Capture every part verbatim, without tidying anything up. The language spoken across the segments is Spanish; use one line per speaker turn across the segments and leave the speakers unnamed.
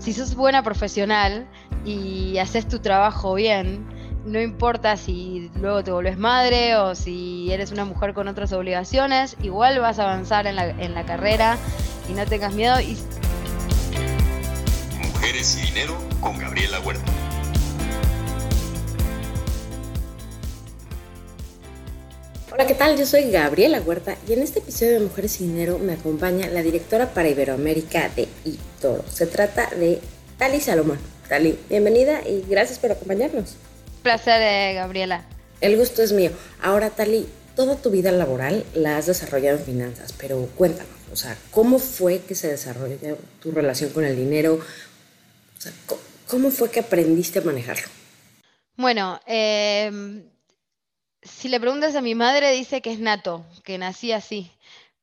si sos buena profesional y haces tu trabajo bien, no importa si luego te volvés madre o si eres una mujer con otras obligaciones, igual vas a avanzar en la, en la carrera y no tengas miedo. Y...
Mujeres y Dinero con Gabriela Huerta.
Hola, ¿qué tal? Yo soy Gabriela Huerta y en este episodio de Mujeres y Dinero me acompaña la directora para Iberoamérica de eToro. Se trata de Tali Salomón. Tali, bienvenida y gracias por acompañarnos.
Un placer, eh, Gabriela.
El gusto es mío. Ahora, Tali, toda tu vida laboral la has desarrollado en finanzas, pero cuéntanos, o sea, ¿cómo fue que se desarrolló tu relación con el dinero? O sea, ¿cómo fue que aprendiste a manejarlo?
Bueno, eh... si le preguntas a mi madre, dice que es nato, que nací así,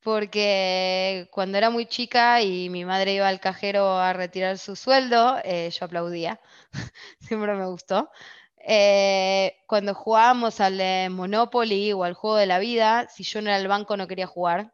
porque cuando era muy chica y mi madre iba al cajero a retirar su sueldo, eh, yo aplaudía, siempre me gustó. Eh, cuando jugábamos al eh, Monopoly o al juego de la vida, si yo no era el banco no quería jugar.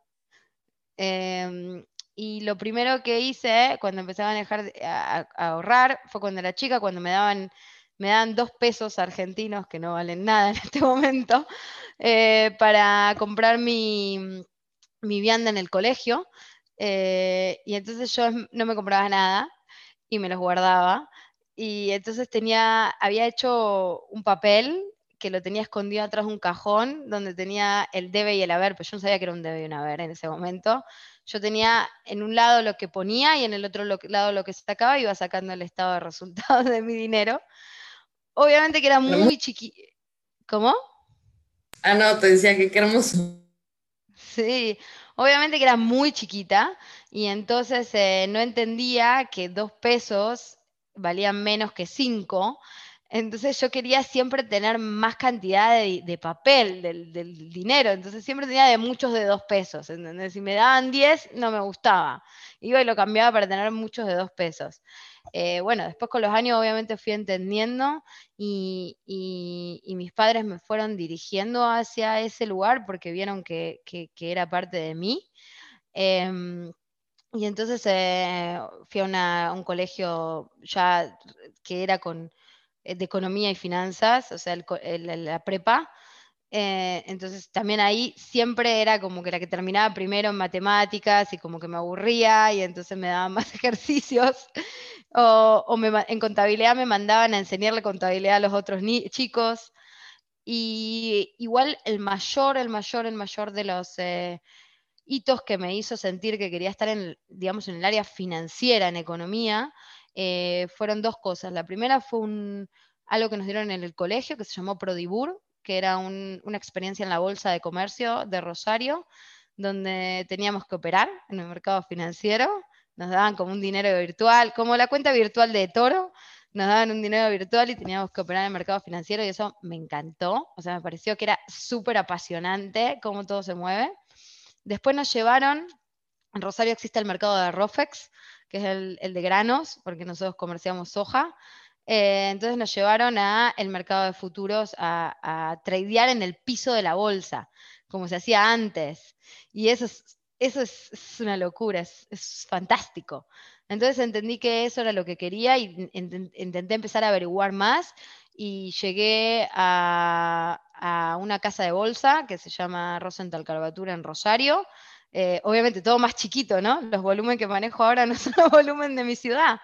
Eh, y lo primero que hice cuando empecé a manejar, a, a ahorrar, fue cuando era chica, cuando me daban, me daban dos pesos argentinos, que no valen nada en este momento, eh, para comprar mi, mi vianda en el colegio. Eh, y entonces yo no me compraba nada y me los guardaba. Y entonces tenía, había hecho un papel que lo tenía escondido atrás de un cajón donde tenía el debe y el haber, pero yo no sabía que era un debe y un haber en ese momento. Yo tenía en un lado lo que ponía y en el otro lo, lado lo que sacaba, y iba sacando el estado de resultados de mi dinero. Obviamente que era muy chiquito. ¿Cómo?
Ah, no, te decía que qué hermoso.
Sí, obviamente que era muy chiquita y entonces eh, no entendía que dos pesos valían menos que cinco. Entonces yo quería siempre tener más cantidad de, de papel del, del dinero. Entonces siempre tenía de muchos de dos pesos. ¿Entendés? Si me daban diez, no me gustaba. Iba y lo cambiaba para tener muchos de dos pesos. Eh, bueno, después con los años obviamente fui entendiendo y, y- y mis padres me fueron dirigiendo hacia ese lugar porque vieron que, que- que era parte de mí. Em, y entonces eh, fui a una- a un colegio ya que era con, eh, de economía y finanzas, o sea, el co- el- la prepa. Eh, entonces también ahí siempre era como que la que terminaba primero en matemáticas y como que me aburría y entonces me daban más ejercicios. O, o me en contabilidad me mandaban a enseñarle contabilidad a los otros ni chicos. Y igual el mayor, el mayor, el mayor de los eh, hitos que me hizo sentir que quería estar en, digamos, en el área financiera, en economía, eh, fueron dos cosas. La primera fue un, algo que nos dieron en el colegio que se llamó Prodibur, que era un, una experiencia en la Bolsa de Comercio de Rosario, donde teníamos que operar en el mercado financiero. Nos daban como un dinero virtual, como la cuenta virtual de Toro, nos daban un dinero virtual y teníamos que operar en el mercado financiero y eso me encantó. O sea, me pareció que era súper apasionante cómo todo se mueve. Después nos llevaron, en Rosario existe el mercado de Rofex, que es el, el de granos, porque nosotros comerciamos soja. Eh, entonces nos llevaron a el mercado de futuros a, a tradear en el piso de la bolsa, como se hacía antes. Y eso es, eso es, es una locura, es, es fantástico. Entonces entendí que eso era lo que quería y int- intenté empezar a averiguar más y llegué a, a una casa de bolsa que se llama Rosenthal Carvatura en Rosario. Eh, obviamente todo más chiquito, ¿no? Los volúmenes que manejo ahora no son los volúmenes de mi ciudad.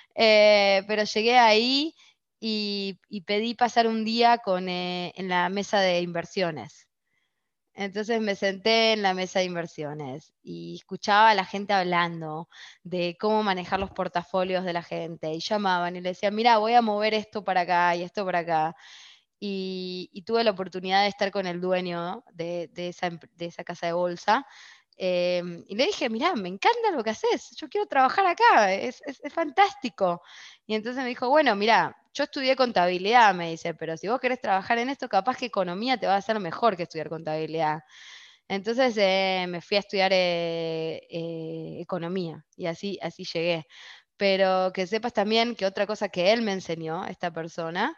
Eh, pero llegué ahí y, y pedí pasar un día con, eh, en la mesa de inversiones. Entonces me senté en la mesa de inversiones y escuchaba a la gente hablando de cómo manejar los portafolios de la gente. Y llamaban y le decían, mira, voy a mover esto para acá y esto para acá. Y, y tuve la oportunidad de estar con el dueño de, de esa, de esa casa de bolsa. Eh, y le dije, mirá, me encanta lo que haces, yo quiero trabajar acá, es, es, es fantástico. Y entonces me dijo, bueno, mirá, yo estudié contabilidad, me dice, pero si vos querés trabajar en esto, capaz que economía te va a hacer mejor que estudiar contabilidad. Entonces eh, me fui a estudiar eh, eh, economía y así, así llegué. Pero que sepas también que otra cosa que él me enseñó, esta persona,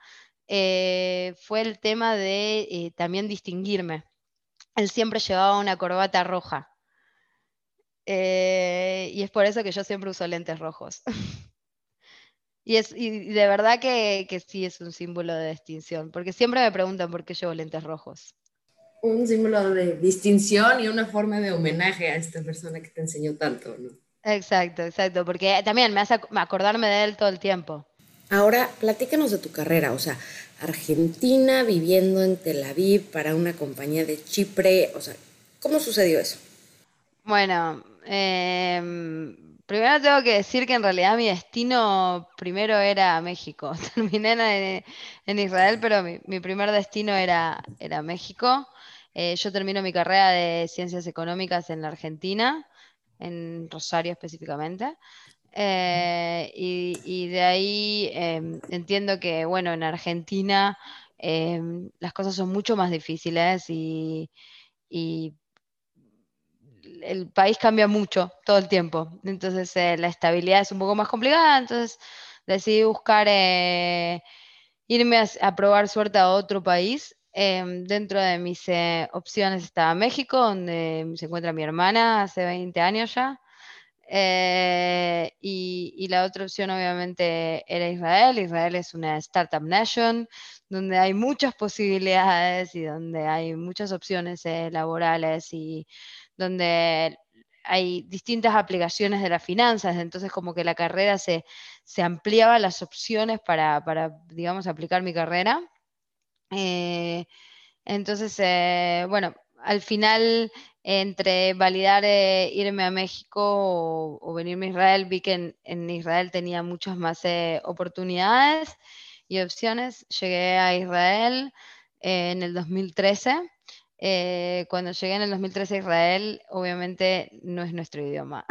eh, fue el tema de eh, también distinguirme. Él siempre llevaba una corbata roja. Eh, y es por eso que yo siempre uso lentes rojos. Y, es, y de verdad que, que sí es un símbolo de distinción, porque siempre me preguntan por qué llevo lentes rojos.
Un símbolo de distinción y una forma de homenaje a esta persona que te enseñó tanto, ¿no?
Exacto, exacto, porque también me hace ac- acordarme de él todo el tiempo.
Ahora, platícanos de tu carrera, o sea, Argentina viviendo en Tel Aviv para una compañía de Chipre, o sea, ¿cómo sucedió eso?
Bueno, em, primero tengo que decir que en realidad mi destino primero era México. Terminé en, en Israel, pero mi, mi primer destino era, era México. Eh, yo termino mi carrera de Ciencias Económicas en la Argentina, en Rosario específicamente. Eh, y, y de ahí em, entiendo que, bueno, en Argentina em, las cosas son mucho más difíciles y, y el país cambia mucho todo el tiempo. Entonces eh, la estabilidad es un poco más complicada. Entonces decidí buscar eh, irme a, a probar suerte a otro país. Em, dentro de mis eh, opciones estaba México, donde se encuentra mi hermana hace veinte años ya. Eh, y, y la otra opción obviamente era Israel. Israel es una startup nation donde hay muchas posibilidades y donde hay muchas opciones eh, laborales y donde hay distintas aplicaciones de las finanzas. Entonces como que la carrera se, se ampliaba las opciones para, para, digamos, aplicar mi carrera. Eh, entonces, eh, bueno, al final, entre validar eh, irme a México o, o venirme a Israel, vi que en, en Israel tenía muchas más eh, oportunidades y opciones. Llegué a Israel eh, en el dos mil trece. Eh, cuando llegué en el dos mil trece a Israel, obviamente no es nuestro idioma.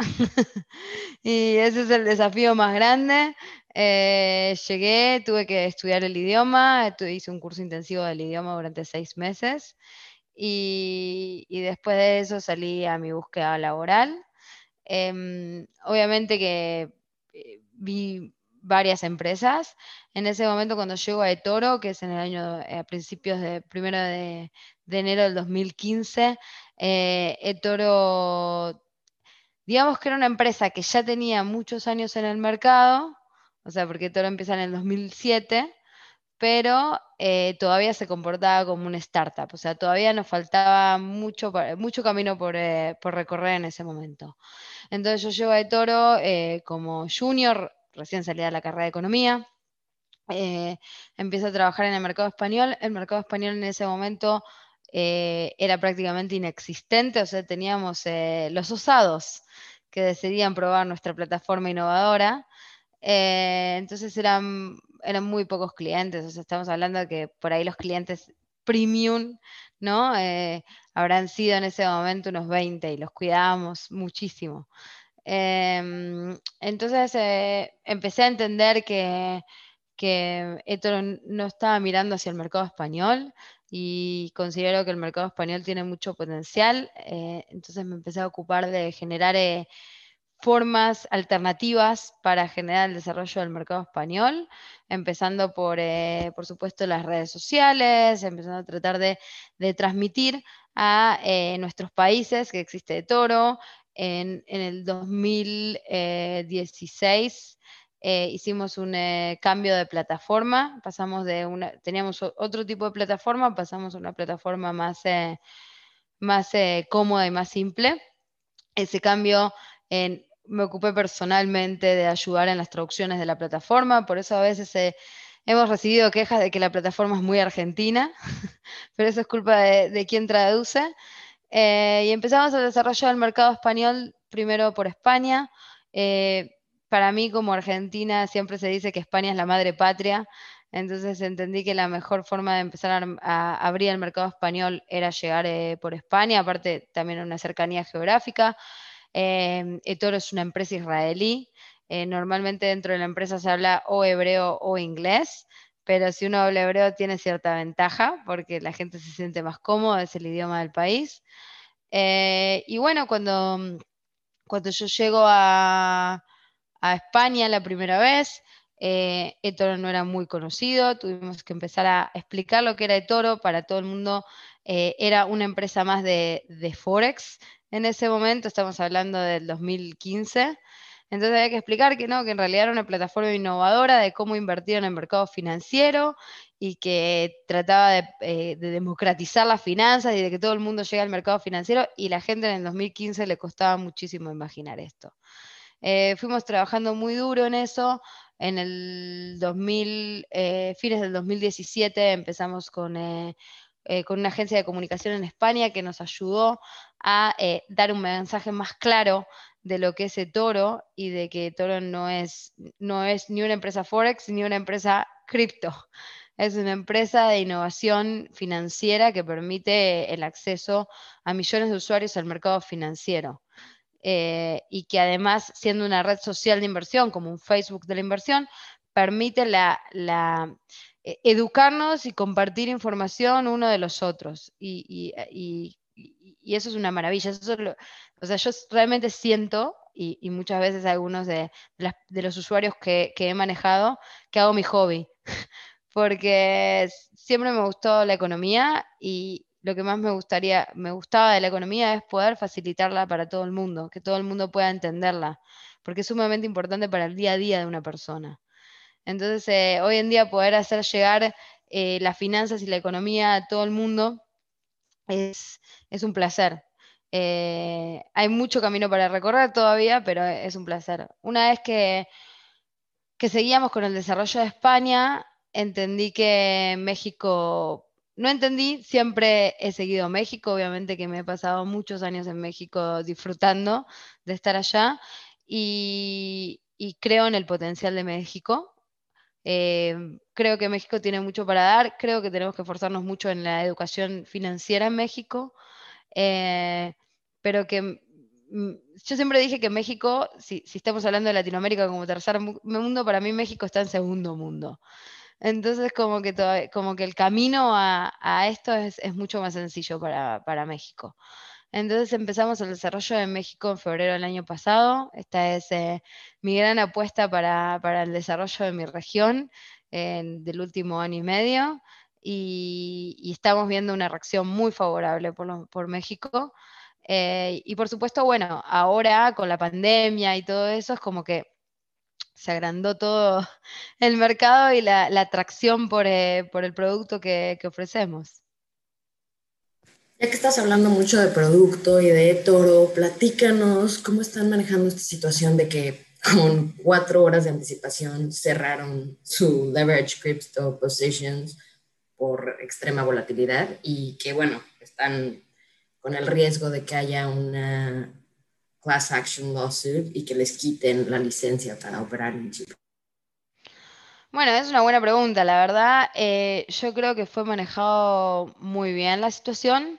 Y ese es el desafío más grande. Eh, llegué, tuve que estudiar el idioma, tu- hice un curso intensivo del idioma durante seis meses y, y después de eso salí a mi búsqueda laboral. Em, obviamente que eh, vi varias empresas. En ese momento cuando llego a eToro, que es en el año, eh, a principios de primero de, de enero del dos mil quince, eh, eToro, digamos que era una empresa que ya tenía muchos años en el mercado, o sea, porque eToro empieza en el dos mil siete, pero eh, todavía se comportaba como una startup, o sea, todavía nos faltaba mucho, pa- mucho camino por, eh, por recorrer en ese momento. Entonces yo llego a eToro eh, como junior, recién salida de la carrera de economía. eh, Empiezo a trabajar en el mercado español. El mercado español en ese momento eh, era prácticamente inexistente, o sea, teníamos eh, los osados que decidían probar nuestra plataforma innovadora. Eh, entonces eran, eran muy pocos clientes, o sea, estamos hablando de que por ahí los clientes premium, ¿no? Eh, habrán sido en ese momento unos veinte y los cuidábamos muchísimo. Em, entonces eh, empecé a entender que, que esto no no estaba mirando hacia el mercado español y considero que el mercado español tiene mucho potencial. Eh, entonces me empecé a ocupar de generar eh, formas alternativas para generar el desarrollo del mercado español, empezando por, eh, por supuesto, las redes sociales, empezando a tratar de, de transmitir a eh, nuestros países que existe Toro. En, en el dos mil dieciséis eh, hicimos un eh, cambio de plataforma, pasamos de una, teníamos o- otro tipo de plataforma, pasamos a una plataforma más, eh, más eh, cómoda y más simple. Ese cambio en- me ocupé personalmente de ayudar en las traducciones de la plataforma, por eso a veces eh, hemos recibido quejas de que la plataforma es muy argentina, pero eso es culpa de, de quien traduce. Eh, y empezamos el desarrollo del mercado español primero por España. Eh, para mí como argentina siempre se dice que España es la madre patria, entonces entendí que la mejor forma de empezar a, arm- a abrir el mercado español era llegar eh, por España, aparte también una cercanía geográfica. Eh, eToro es una empresa israelí. Eh, normalmente dentro de la empresa se habla o hebreo o inglés, pero si uno habla hebreo tiene cierta ventaja porque la gente se siente más cómodo, es el idioma del país. Eh, y bueno, cuando, cuando yo llego a, a España la primera vez, eh, eToro no era muy conocido, tuvimos que empezar a explicar lo que era eToro para todo el mundo. Eh, era una empresa más de, de Forex en ese momento, estamos hablando del dos mil quince. Entonces había que explicar que no, que en realidad era una plataforma innovadora de cómo invertir en el mercado financiero y que trataba de, eh, de democratizar las finanzas y de que todo el mundo llegue al mercado financiero, y la gente en el dos mil quince le costaba muchísimo imaginar esto. Eh, fuimos trabajando muy duro en eso. En el dos mil, eh, fines del dos mil diecisiete empezamos con, eh, eh, con una agencia de comunicación en España que nos ayudó a eh, dar un mensaje más claro de lo que es eToro y de que eToro no es, no es ni una empresa Forex ni una empresa cripto. Es una empresa de innovación financiera que permite el acceso a millones de usuarios al mercado financiero. Eh, y que además, siendo una red social de inversión, como un Facebook de la inversión, permite la, la, eh, educarnos y compartir información uno de los otros. Y, y, y, y eso es una maravilla. Eso es lo, o sea, yo realmente siento, y, y muchas veces algunos de, de, las, de los usuarios que, que he manejado, que hago mi hobby. Porque siempre me gustó la economía y lo que más me gustaría, me gustaba de la economía es poder facilitarla para todo el mundo, que todo el mundo pueda entenderla, porque es sumamente importante para el día a día de una persona. Entonces, eh, hoy en día poder hacer llegar eh, las finanzas y la economía a todo el mundo es, es un placer. Eh, hay mucho camino para recorrer todavía, pero es un placer. Una vez que que seguíamos con el desarrollo de España, entendí que México, no entendí, siempre he seguido México, obviamente que me he pasado muchos años en México disfrutando de estar allá y, y creo en el potencial de México. Eh, creo que México tiene mucho para dar, creo que tenemos que esforzarnos mucho en la educación financiera en México, eh, pero que mm, yo siempre dije que México, si, si estamos hablando de Latinoamérica como tercer mu- mundo, para mí México está en segundo mundo. Entonces, como que, toda- como que el camino a, a esto es, es mucho más sencillo para, para México. Entonces empezamos el desarrollo de México en febrero del año pasado. Esta es eh, mi gran apuesta para, para el desarrollo de mi región eh, del último año y medio. Y, y estamos viendo una reacción muy favorable por, lo- por México. Eh, y por supuesto, bueno, ahora con la pandemia y todo eso, es como que se agrandó todo el mercado y la, la atracción por, eh, por el producto que, que ofrecemos.
Ya que estás hablando mucho de producto y de Toro, platícanos cómo están manejando esta situación de que con cuatro horas de anticipación cerraron su leverage crypto positions por extrema volatilidad y que, bueno, están con el riesgo de que haya una class action lawsuit y que les quiten la licencia para operar en Chile.
Bueno, es una buena pregunta, la verdad. Eh, yo creo que fue manejado muy bien la situación,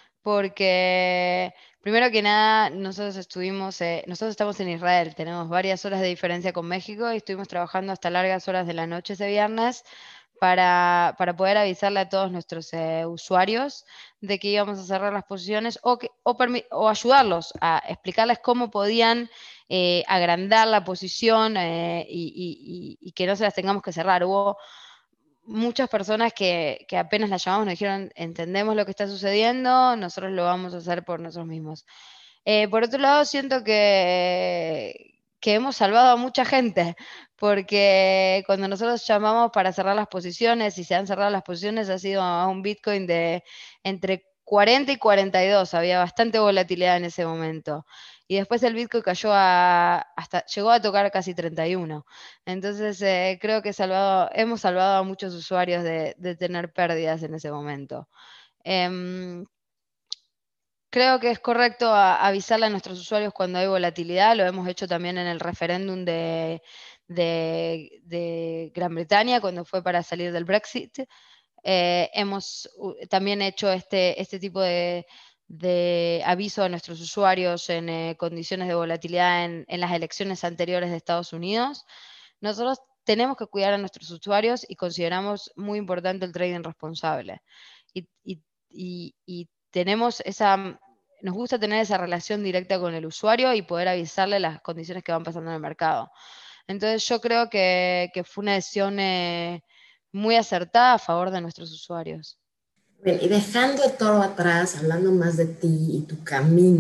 porque primero que nada, nosotros estuvimos, eh, nosotros estamos en Israel, tenemos varias horas de diferencia con México y estuvimos trabajando hasta largas horas de la noche ese viernes para, para poder avisarle a todos nuestros eh, usuarios de que íbamos a cerrar las posiciones o, que, o, permi- o ayudarlos a explicarles cómo podían eh, agrandar la posición eh, y, y- y- y que no se las tengamos que cerrar. Hubo muchas personas que, que apenas las llamamos nos dijeron, entendemos lo que está sucediendo, nosotros lo vamos a hacer por nosotros mismos. Eh, por otro lado, siento que, que hemos salvado a mucha gente, porque cuando nosotros llamamos para cerrar las posiciones y se han cerrado las posiciones, ha sido a un Bitcoin de entre cuarenta y cuarenta y dos, había bastante volatilidad en ese momento. Y después el Bitcoin cayó a, hasta, llegó a tocar casi treinta y uno. Entonces, eh, creo que salvado, hemos salvado a muchos usuarios de, de tener pérdidas en ese momento. Em, Creo que es correcto a- avisarle a nuestros usuarios cuando hay volatilidad. Lo hemos hecho también en el referéndum de, de- de Gran Bretaña cuando fue para salir del Brexit. Eh, hemos u- también hecho este, este tipo de, de aviso a nuestros usuarios en eh, condiciones de volatilidad en, en las elecciones anteriores de Estados Unidos. Nosotros tenemos que cuidar a nuestros usuarios y consideramos muy importante el trading responsable. Y, y- y- y tenemos esa, nos gusta tener esa relación directa con el usuario y poder avisarle las condiciones que van pasando en el mercado. Entonces yo creo que, que fue una decisión eh, muy acertada a favor de nuestros usuarios.
Bien, y dejando todo atrás, hablando más de ti y tu camino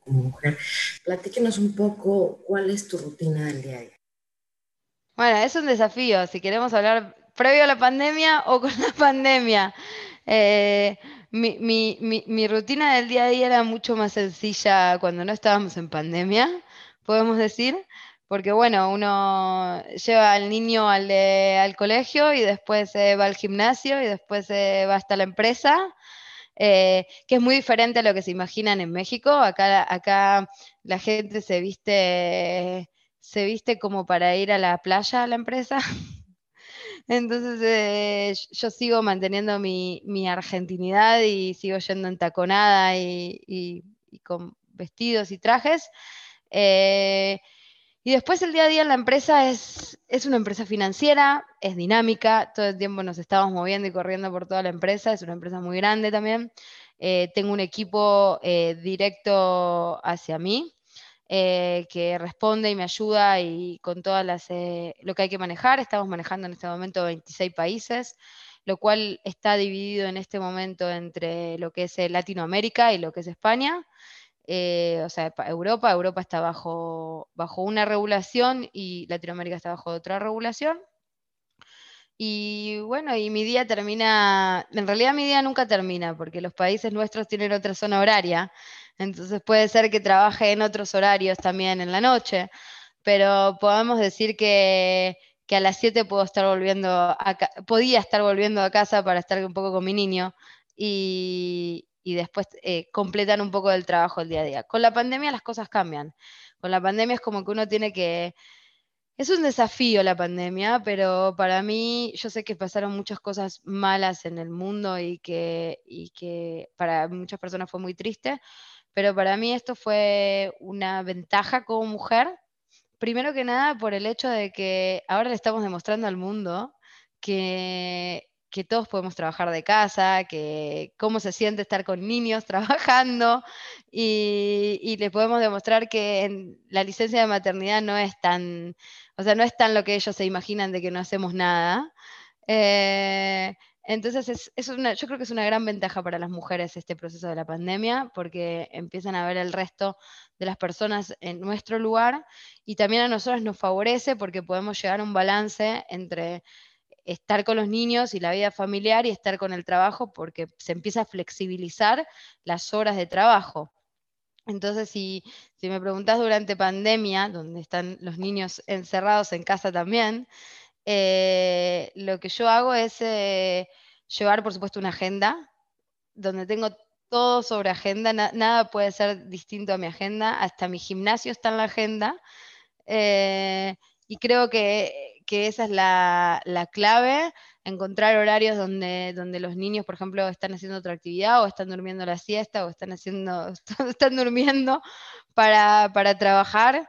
como mujer. Platíquenos un poco cuál es tu rutina del día a día.
Bueno, es un desafío, si queremos hablar previo a la pandemia o con la pandemia. Eh, mi, mi- mi- mi rutina del día a día era mucho más sencilla cuando no estábamos en pandemia, podemos decir, porque bueno, uno lleva al niño al, de- al colegio y después eh, va al gimnasio y después eh, va hasta la empresa, eh, que es muy diferente a lo que se imaginan en México. Acá, acá la gente se viste, se viste como para ir a la playa a la empresa. Entonces eh, yo sigo manteniendo mi, mi argentinidad y sigo yendo entaconada y, y- y con vestidos y trajes. Eh, y después el día a día en la empresa es, es una empresa financiera, es dinámica, todo el tiempo nos estamos moviendo y corriendo por toda la empresa, es una empresa muy grande también. Eh, tengo un equipo eh, directo hacia mí, eh, que responde y me ayuda y con todas las eh, lo que hay que manejar. Estamos manejando en este momento veintiséis países, lo cual está dividido en este momento entre lo que es eh, Latinoamérica y lo que es España. Eh, o sea, pa- Europa, Europa está bajo, bajo una regulación y Latinoamérica está bajo otra regulación. Y bueno, y mi día termina, en realidad mi día nunca termina, porque los países nuestros tienen otra zona horaria, entonces puede ser que trabaje en otros horarios también en la noche, pero podemos decir que, que a las siete puedo estar volviendo a, ca- podía estar volviendo a casa para estar un poco con mi niño y, y después eh, completar un poco del trabajo el día a día. Con la pandemia las cosas cambian. Con la pandemia es como que uno tiene que es un desafío la pandemia, pero para mí yo sé que pasaron muchas cosas malas en el mundo y que, y que para muchas personas fue muy triste, pero para mí esto fue una ventaja como mujer. Primero que nada, por el hecho de que ahora le estamos demostrando al mundo que, que todos podemos trabajar de casa, que cómo se siente estar con niños trabajando y, y le podemos demostrar que en- la licencia de maternidad no es tan, o sea, no es tan lo que ellos se imaginan de que no hacemos nada. Eh, entonces, es, es una, yo creo que es una gran ventaja para las mujeres este proceso de la pandemia, porque empiezan a ver el resto de las personas en nuestro lugar y también a nosotros nos favorece porque podemos llegar a un balance entre estar con los niños y la vida familiar y estar con el trabajo porque se empieza a flexibilizar las horas de trabajo. Entonces, si, si me preguntás durante pandemia, donde están los niños encerrados en casa también, eh, lo que yo hago es eh, llevar, por supuesto, una agenda donde tengo todo sobre agenda, na- nada puede ser distinto a mi agenda, hasta mi gimnasio está en la agenda, eh, y creo que, que esa es la, la clave, encontrar horarios donde, donde los niños, por ejemplo, están haciendo otra actividad o están durmiendo la siesta o están haciendo, están durmiendo para, para trabajar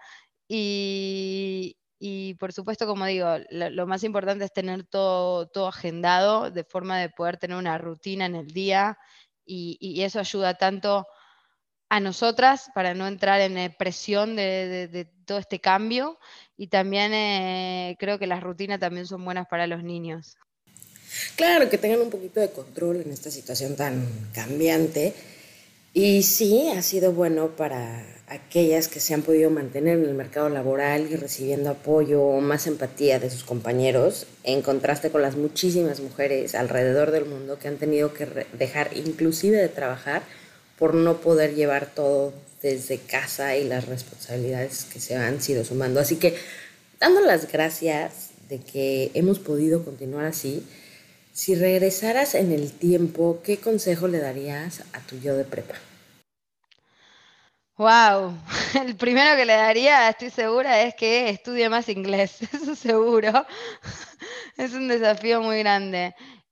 y, y, por supuesto, como digo, lo, lo más importante es tener todo, todo agendado de forma de poder tener una rutina en el día y, y eso ayuda tanto a nosotras para no entrar en eh, presión de, de- de todo este cambio y también eh, creo que las rutinas también son buenas para los niños.
Claro, que tengan un poquito de control en esta situación tan cambiante. Y sí, ha sido bueno para aquellas que se han podido mantener en el mercado laboral y recibiendo apoyo o más empatía de sus compañeros, en contraste con las muchísimas mujeres alrededor del mundo que han tenido que re- dejar inclusive de trabajar por no poder llevar todo desde casa y las responsabilidades que se han sido sumando. Así que, dando las gracias de que hemos podido continuar así, si regresaras en el tiempo, ¿qué consejo le darías a tu yo de prepa?
Wow, el primero que le daría, estoy segura, es que estudie más inglés, eso seguro. Es un desafío muy grande.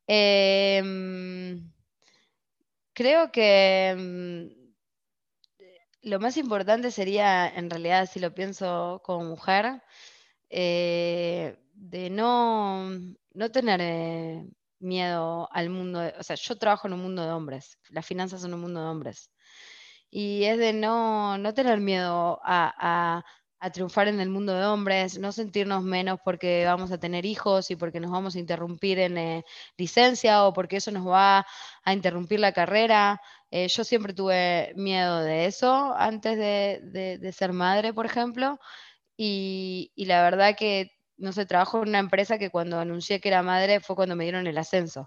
Em, creo que mm, lo más importante sería, en realidad, si lo pienso como mujer, eh, de no, no tener eh, miedo al mundo. de- o sea, yo trabajo en un mundo de hombres, las finanzas son un mundo de hombres. Y es de no, no tener miedo a, a- a triunfar en el mundo de hombres, no sentirnos menos porque vamos a tener hijos y porque nos vamos a interrumpir en eh, licencia o porque eso nos va a interrumpir la carrera. Eh, yo siempre tuve miedo de eso antes de, de- de ser madre, por ejemplo, y, y la verdad que, no sé, trabajo en una empresa que cuando anuncié que era madre fue cuando me dieron el ascenso.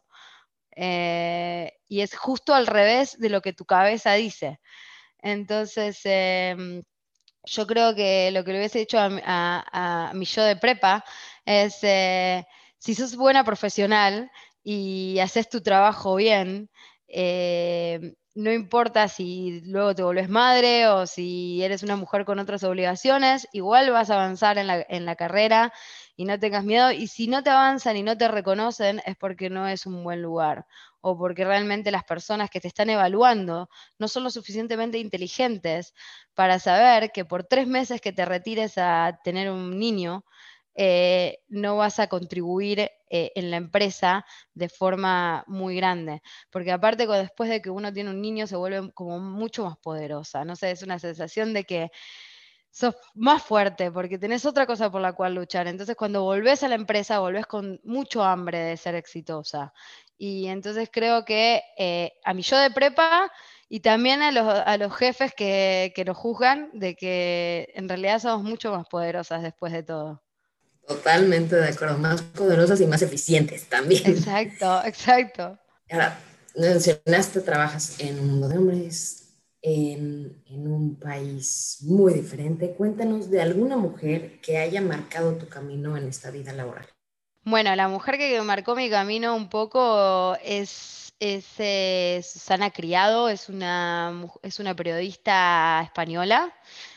Eh, y es justo al revés de lo que tu cabeza dice. Entonces, em, yo creo que lo que le hubiese dicho a, mi a- a mi yo de prepa es, eh, si sos buena profesional y haces tu trabajo bien, eh, no importa si luego te volvés madre o si eres una mujer con otras obligaciones, igual vas a avanzar en la, en la carrera y no tengas miedo. Y si no te avanzan y no te reconocen, es porque no es un buen lugar o porque realmente las personas que te están evaluando no son lo suficientemente inteligentes para saber que por tres meses que te retires a tener un niño, eh, no vas a contribuir eh, en la empresa de forma muy grande. Porque aparte, después de que uno tiene un niño, se vuelve como mucho más poderosa. No sé, es una sensación de que sos más fuerte porque tenés otra cosa por la cual luchar. Entonces, cuando volvés a la empresa, volvés con mucho hambre de ser exitosa. Y entonces creo que eh, a mi yo de prepa y también a los, a los jefes que, que nos juzgan de que en realidad somos mucho más poderosas después de todo.
Totalmente de acuerdo, más poderosas y más eficientes también.
Exacto, exacto.
Ahora, mencionaste, trabajas en un mundo de hombres, en, en un país muy diferente. Cuéntanos de alguna mujer que haya marcado tu camino en esta vida laboral.
Bueno, la mujer que marcó mi camino un poco es, es, eh, Susana Criado, es una, mu- es una periodista española.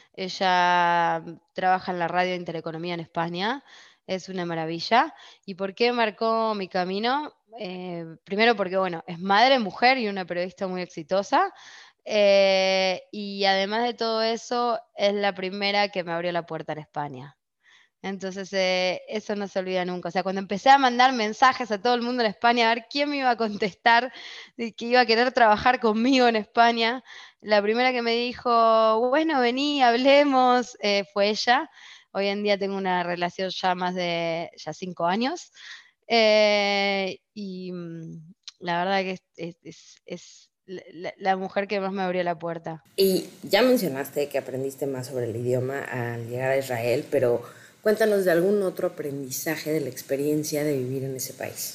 Ella trabaja en la radio Intereconomía en España, es una maravilla. ¿Y por qué marcó mi camino? Eh, primero porque, bueno, es madre, mujer y una periodista muy exitosa. Eh, y además de todo eso, es la primera que me abrió la puerta en España. Entonces, eh, eso no se olvida nunca. O sea, cuando empecé a mandar mensajes a todo el mundo en España, a ver quién me iba a contestar, y que iba a querer trabajar conmigo en España, la primera que me dijo, bueno, vení, hablemos, eh, fue ella. Hoy en día tengo una relación ya más de ya cinco años. Eh, y mm, la verdad que es, es- es- es la, la- la mujer que más me abrió la puerta.
Y ya mencionaste que aprendiste más sobre el idioma al llegar a Israel, pero cuéntanos de algún otro aprendizaje de la experiencia de vivir en ese país.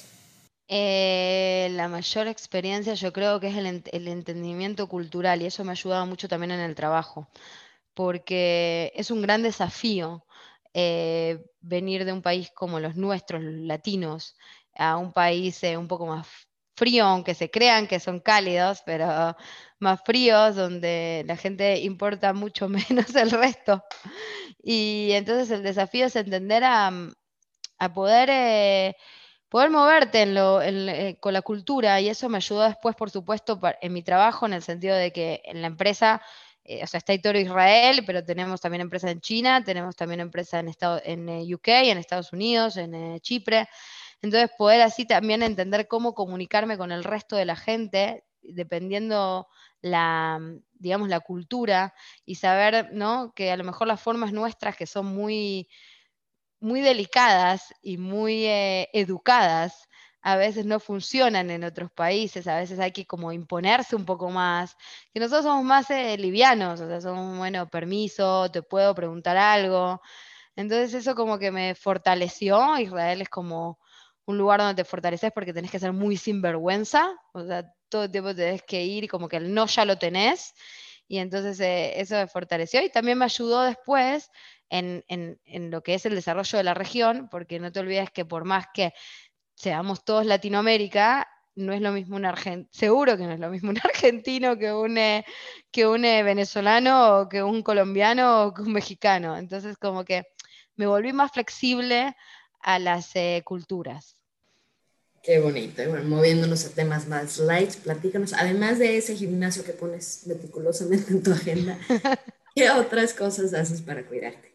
Eh, la mayor experiencia yo creo que es el, ent- el entendimiento cultural y eso me ha ayudado mucho también en el trabajo, porque es un gran desafío eh, venir de un país como los nuestros, los latinos, a un país eh, un poco más frío, aunque se crean que son cálidos, pero más fríos, donde la gente importa mucho menos el resto. Y entonces el desafío es entender a, a poder... eh, poder moverte en lo, en, eh, con la cultura y eso me ayudó después, por supuesto, pa- en mi trabajo, en el sentido de que en la empresa, eh, o sea, está Itoro Israel, pero tenemos también empresa en China, tenemos también empresa en, Estado, en eh, U K, en Estados Unidos, en eh, Chipre. Entonces, poder así también entender cómo comunicarme con el resto de la gente, dependiendo la, digamos, la cultura y saber, ¿no? Que a lo mejor las formas nuestras que son muy muy delicadas y muy eh, educadas, a veces no funcionan en otros países, a veces hay que como imponerse un poco más, que nosotros somos más eh, livianos, o sea, somos, bueno, permiso, te puedo preguntar algo. Entonces eso como que me fortaleció, Israel es como un lugar donde te fortaleces porque tenés que ser muy sinvergüenza, o sea, todo el tiempo tenés que ir y como que el no ya lo tenés, y entonces eh, eso me fortaleció y también me ayudó después en, en, en lo que es el desarrollo de la región, porque no te olvides que por más que seamos todos Latinoamérica, no es lo mismo un argentino, seguro que no es lo mismo un argentino que un, eh, que un eh, venezolano o que un colombiano o que un mexicano. Entonces como que me volví más flexible a las eh, culturas.
Qué bonito. Y bueno, moviéndonos a temas más light, platícanos, además de ese gimnasio que pones meticulosamente en tu agenda, ¿qué otras cosas haces para cuidarte?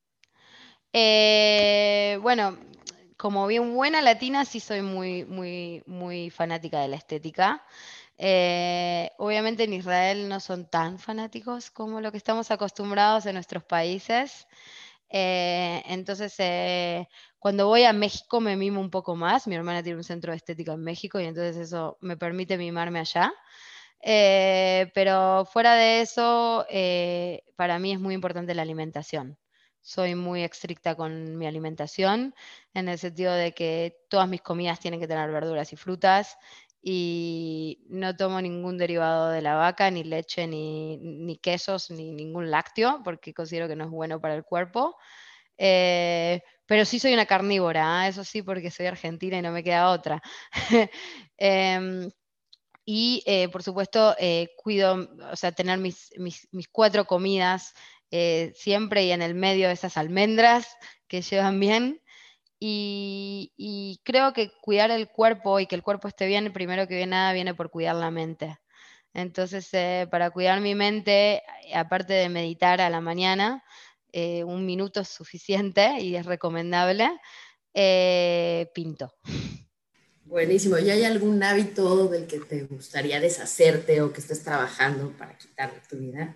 Eh, bueno, como bien buena latina, sí soy muy, muy, muy fanática de la estética. Eh, obviamente en Israel no son tan fanáticos como lo que estamos acostumbrados en nuestros países. Eh, entonces, eh, cuando voy a México me mimo un poco más. Mi hermana tiene un centro de estética en México y entonces eso me permite mimarme allá. Eh, pero fuera de eso, eh, para mí es muy importante la alimentación. Soy muy estricta con mi alimentación, en el sentido de que todas mis comidas tienen que tener verduras y frutas, y no tomo ningún derivado de la vaca, ni leche, ni, ni quesos, ni ningún lácteo, porque considero que no es bueno para el cuerpo. Eh, pero sí soy una carnívora, ¿ah? Eso sí, porque soy argentina y no me queda otra. Em, y eh, por supuesto, eh, cuido, o sea, tener mis, mis, mis cuatro comidas eh, siempre, y en el medio esas almendras que llevan bien. Y, y creo que cuidar el cuerpo y que el cuerpo esté bien, primero que bien nada, viene por cuidar la mente. Entonces, eh, para cuidar mi mente, aparte de meditar a la mañana, eh, un minuto es suficiente y es recomendable, eh, pinto.
Buenísimo. ¿Y hay algún hábito del que te gustaría deshacerte o que estés trabajando para quitar de tu vida?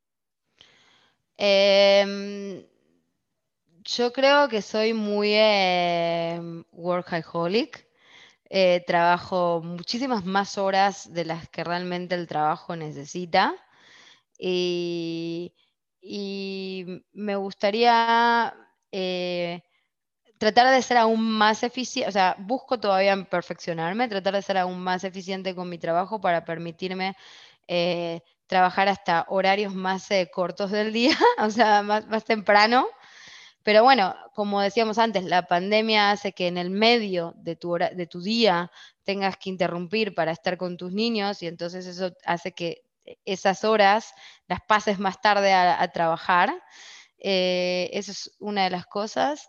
Em, yo creo que soy muy em, workaholic. Eh, trabajo muchísimas más horas de las que realmente el trabajo necesita. Y, y me gustaría eh, tratar de ser aún más eficiente, o sea, busco todavía perfeccionarme, tratar de ser aún más eficiente con mi trabajo para permitirme eh, trabajar hasta horarios más eh, cortos del día, o sea, más, más temprano. Pero bueno, como decíamos antes, la pandemia hace que en el medio de tu, hora, de tu día tengas que interrumpir para estar con tus niños, y entonces eso hace que esas horas las pases más tarde a, a trabajar. Eh, eso es una de las cosas.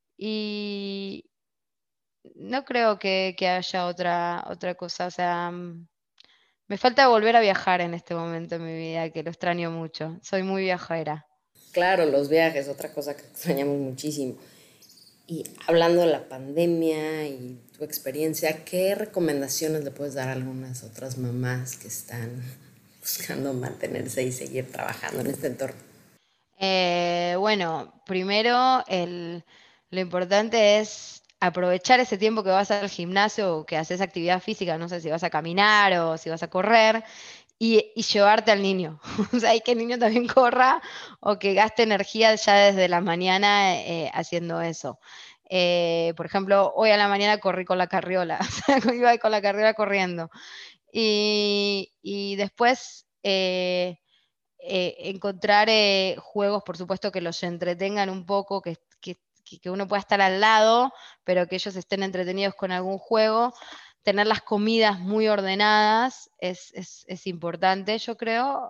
Y no creo que, que haya otra, otra cosa. O sea, mm, me falta volver a viajar en este momento en mi vida, que lo extraño mucho. Soy muy viajera.
Claro, los viajes, otra cosa que extrañamos muchísimo. Y hablando de la pandemia y tu experiencia, ¿qué recomendaciones le puedes dar a algunas otras mamás que están buscando mantenerse y seguir trabajando en este entorno?
Eh, bueno, primero el, lo importante es aprovechar ese tiempo que vas al gimnasio o que haces actividad física, no sé si vas a caminar o si vas a correr, y, y llevarte al niño. O sea, y que el niño también corra o que gaste energía ya desde la mañana eh, haciendo eso. Eh, por ejemplo, hoy a la mañana corrí con la carriola, o sea, iba con la carriola corriendo. Y, y después... eh, eh, encontrar eh, juegos, por supuesto, que los entretengan un poco, que, que, que uno pueda estar al lado, pero que ellos estén entretenidos con algún juego. Tener las comidas muy ordenadas es, es, es importante, yo creo.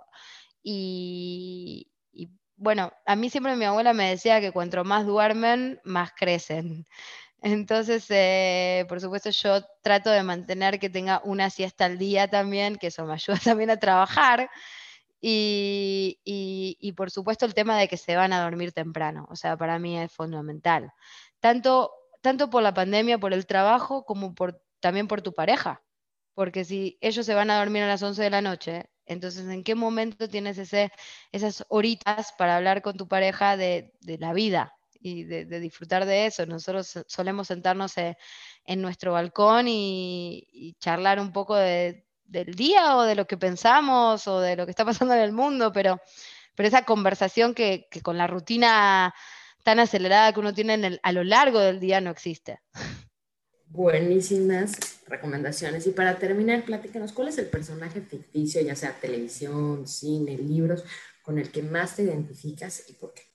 Y, y, bueno, a mí siempre mi abuela me decía que cuanto más duermen, más crecen. Entonces, eh, por supuesto, yo trato de mantener que tenga una siesta al día también, que eso me ayuda también a trabajar. Y, y- y, por supuesto el tema de que se van a dormir temprano, o sea, para mí es fundamental. Tanto, tanto por la pandemia, por el trabajo, como por, también por tu pareja. Porque si ellos se van a dormir a las once de la noche, entonces ¿en qué momento tienes ese, esas horitas para hablar con tu pareja de, de la vida y de, de disfrutar de eso? Nosotros so- solemos sentarnos eh, en nuestro balcón y, y charlar un poco de, del día o de lo que pensamos o de lo que está pasando en el mundo, pero, pero esa conversación que, que con la rutina tan acelerada que uno tiene en el- a lo largo del día no existe.
Buenísimas recomendaciones. Y para terminar, platícanos, ¿cuál es el personaje ficticio, ya sea televisión, cine, libros, con el que más te identificas y por qué?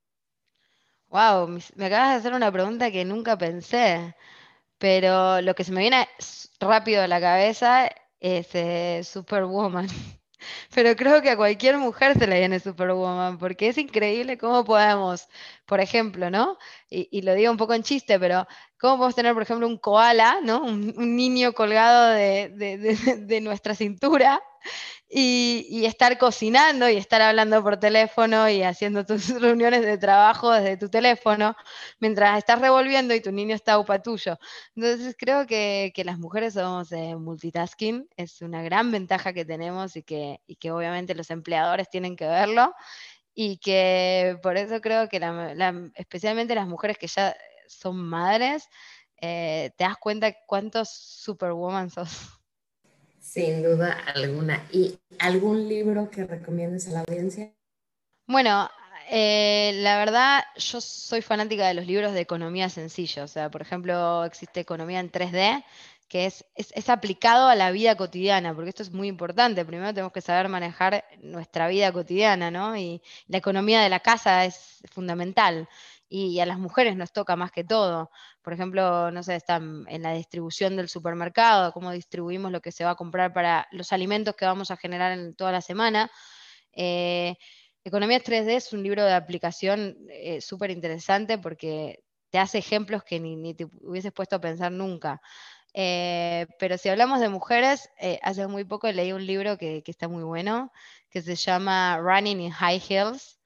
Wow, me, me acabas de hacer una pregunta que nunca pensé, pero lo que se me viene s- rápido a la cabeza es eh, Superwoman. Pero creo que a cualquier mujer se le viene Superwoman, porque es increíble cómo podemos, por ejemplo, ¿no? Y, y lo digo un poco en chiste, pero cómo podemos tener, por ejemplo, un koala, ¿no? Un, un niño colgado de, de de- de nuestra cintura y, y estar cocinando y estar hablando por teléfono y haciendo tus reuniones de trabajo desde tu teléfono, mientras estás revolviendo y tu niño está upa tuyo. Entonces creo que, que las mujeres somos eh, multitasking, es una gran ventaja que tenemos y que, y que obviamente los empleadores tienen que verlo, y que por eso creo que la- la- especialmente las mujeres que ya son madres, eh, te das cuenta cuántos superwoman sos.
Sin duda alguna. ¿Y algún libro que recomiendes a la audiencia?
Bueno, eh, la verdad, yo soy fanática de los libros de economía sencilla. O sea, por ejemplo, existe Economía en tres D, que es, es, es aplicado a la vida cotidiana, porque esto es muy importante. Primero tenemos que saber manejar nuestra vida cotidiana, ¿no? Y la economía de la casa es fundamental. Y a las mujeres nos toca más que todo. Por ejemplo, no sé, están en la distribución del supermercado, cómo distribuimos lo que se va a comprar para los alimentos que vamos a generar en toda la semana. Eh, Economía tres D es un libro de aplicación eh, súper interesante porque te hace ejemplos que ni, ni te hubieses puesto a pensar nunca. Eh, pero si hablamos de mujeres, eh, hace muy poco leí un libro que, que está muy bueno, que se llama Running in High Heels,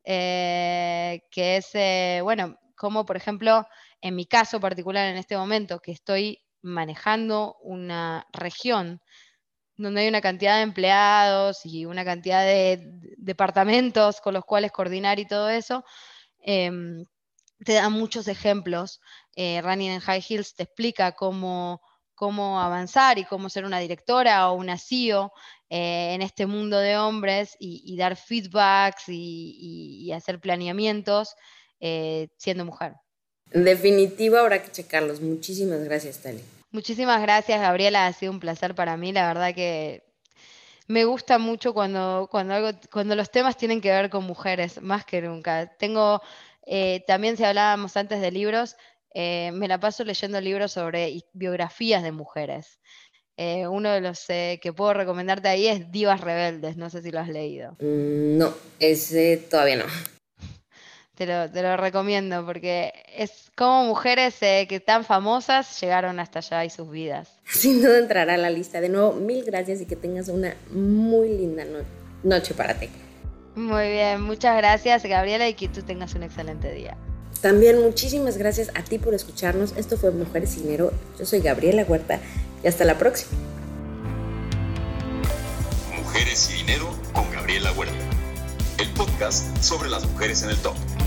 eh, que es, eh, bueno, como por ejemplo, en mi caso particular en este momento, que estoy manejando una región donde hay una cantidad de empleados y una cantidad de departamentos con los cuales coordinar y todo eso, eh, te da muchos ejemplos. Eh, Running in High Heels te explica cómo, cómo avanzar y cómo ser una directora o una C E O eh, en este mundo de hombres y, y dar feedbacks y, y, y hacer planeamientos eh, siendo mujer.
Definitivo, habrá que checarlos. Muchísimas gracias, Tali.
Muchísimas gracias, Gabriela. Ha sido un placer para mí. La verdad que me gusta mucho cuando, cuando, algo, cuando los temas tienen que ver con mujeres, más que nunca. Tengo, eh, también si hablábamos antes de libros, eh, me la paso leyendo libros sobre biografías de mujeres. Eh, uno de los eh, que puedo recomendarte ahí es Divas Rebeldes, no sé si lo has leído.
Mm, no, ese todavía no.
Te lo, te lo recomiendo porque es como mujeres eh, que tan famosas llegaron hasta allá y sus vidas.
Sin duda entrará a la lista. De nuevo, mil gracias y que tengas una muy linda no- noche para ti.
Muy bien, muchas gracias, Gabriela, y que tú tengas un excelente día.
También muchísimas gracias a ti por escucharnos. Esto fue Mujeres y Dinero. Yo soy Gabriela Huerta y hasta la próxima.
Mujeres y Dinero con Gabriela Huerta. El podcast sobre las mujeres en el top.